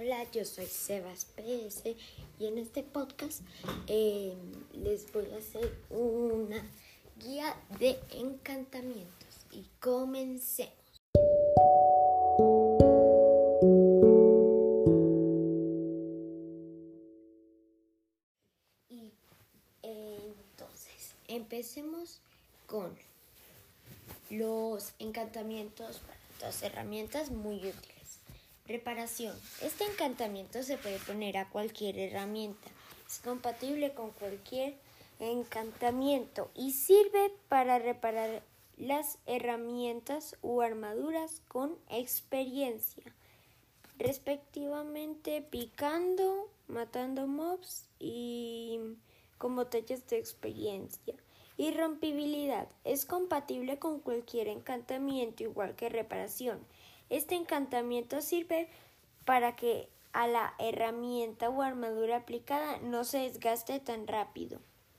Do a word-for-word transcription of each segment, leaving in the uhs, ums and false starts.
Hola, yo soy Sebas P S y en este podcast eh, les voy a hacer una guía de encantamientos y comencemos. Y eh, entonces empecemos con los encantamientos para dos herramientas muy útiles. Reparación. Este encantamiento se puede poner a cualquier herramienta. Es compatible con cualquier encantamiento y sirve para reparar las herramientas u armaduras con experiencia, respectivamente picando, matando mobs y con botellas de experiencia. Irrompibilidad. Es compatible con cualquier encantamiento, igual que reparación. Este encantamiento sirve para que a la herramienta o armadura aplicada no se desgaste tan rápido.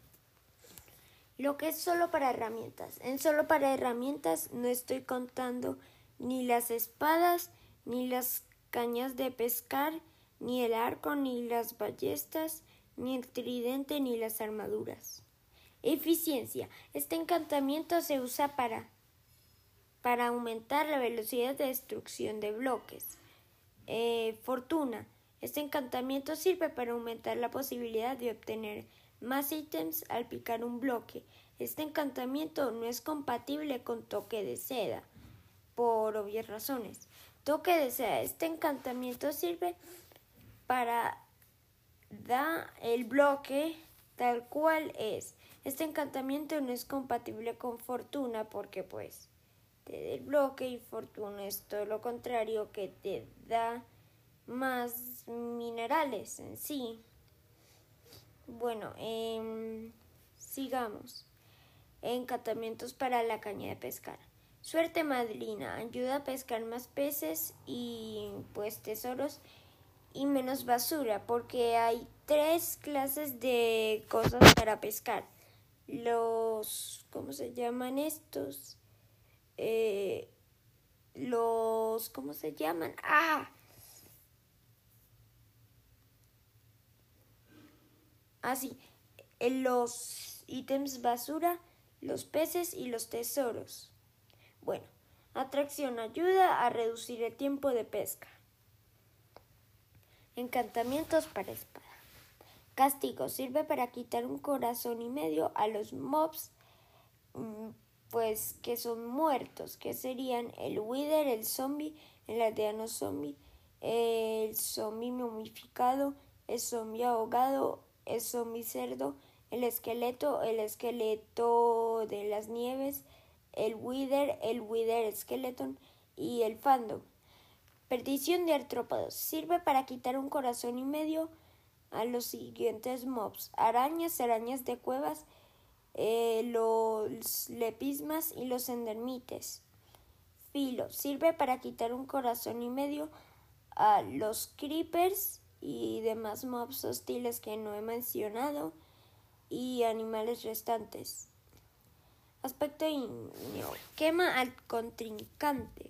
Lo que es solo para herramientas. En solo para herramientas no estoy contando ni las espadas, ni las cañas de pescar, ni el arco, ni las ballestas, ni el tridente, ni las armaduras. Eficiencia. Este encantamiento se usa para para aumentar la velocidad de destrucción de bloques. Eh, fortuna. Este encantamiento sirve para aumentar la posibilidad de obtener más ítems al picar un bloque. Este encantamiento no es compatible con toque de seda, por obvias razones. Toque de seda. Este encantamiento sirve para dar el bloque tal cual es. Este encantamiento no es compatible con fortuna porque pues te da el bloque y fortuna es todo lo contrario, que te da más minerales en sí. Bueno, eh, sigamos. Encantamientos para la caña de pescar. Suerte madrina, ayuda a pescar más peces y pues tesoros y menos basura, porque hay tres clases de cosas para pescar. Los, ¿cómo se llaman estos? Eh, los, ¿cómo se llaman? ¡Ah! Así, ah, los ítems basura, los peces y los tesoros. Bueno, atracción ayuda a reducir el tiempo de pesca. Encantamientos para espada. Castigo sirve para quitar un corazón y medio a los mobs pues que son muertos, que serían el wither, el zombie, el aldeano zombie, el zombie momificado, el zombie ahogado, el zombie cerdo, el esqueleto, el esqueleto de las nieves, el wither, el wither skeleton y el fandom. Perdición de artrópodos. Sirve para quitar un corazón y medio a los siguientes mobs: arañas, arañas de cuevas, Eh, los lepismas y los endermites. Filo. Sirve para quitar un corazón y medio a los creepers y demás mobs hostiles que no he mencionado y animales restantes. Aspecto ignio. Quema al contrincante.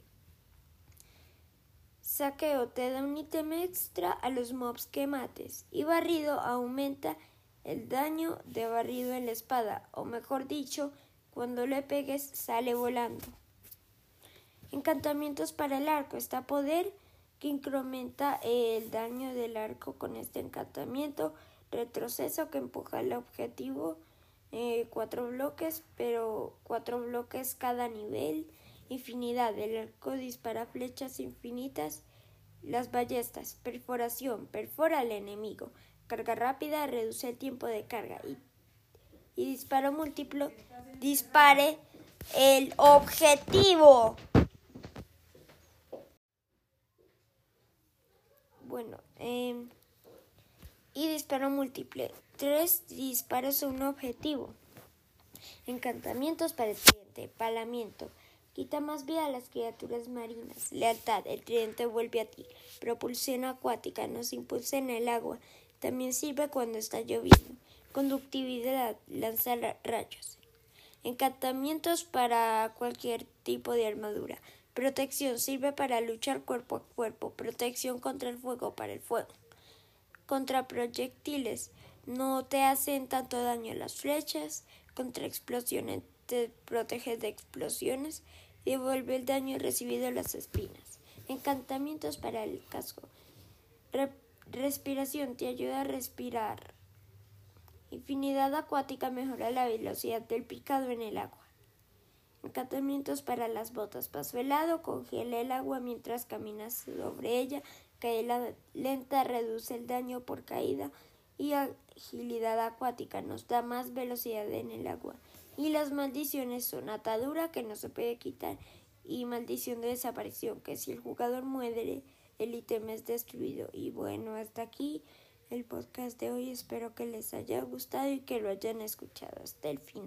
Saqueo te da un ítem extra a los mobs que mates y barrido aumenta el daño de barrido en la espada, o mejor dicho, cuando le pegues sale volando. Encantamientos para el arco. Está poder que incrementa el daño del arco con este encantamiento. Retroceso que empuja el objetivo eh, cuatro bloques, pero cuatro bloques cada nivel. Infinidad. El arco dispara flechas infinitas. Las ballestas. Perforación. Perfora al enemigo. Carga rápida, reduce el tiempo de carga y, y disparo múltiplo, dispare el objetivo. Bueno, eh, y disparo múltiple, tres disparos a un objetivo. Encantamientos para el tridente. Palamiento. Quita más vida a las criaturas marinas. Lealtad. El tridente vuelve a ti. Propulsión acuática. Nos impulsa en el agua. También sirve cuando está lloviendo. Conductividad. Lanza rayos. Encantamientos para cualquier tipo de armadura. Protección sirve para luchar cuerpo a cuerpo. Protección contra el fuego para el fuego. Contra proyectiles. No te hacen tanto daño las flechas. Contra explosiones. Te protege de explosiones. Devuelve el daño recibido a las espinas. Encantamientos para el casco. Re- respiración te ayuda a respirar. Infinidad acuática mejora la velocidad del picado en el agua. Encantamientos para las botas. Paso helado congela el agua mientras caminas sobre ella. Caída lenta reduce el daño por caída. Y agilidad acuática nos da más velocidad en el agua. Y las maldiciones son atadura, que no se puede quitar, y maldición de desaparición, que si el jugador muere, el ítem es destruido. Y bueno, hasta aquí el podcast de hoy. Espero que les haya gustado y que lo hayan escuchado hasta el final.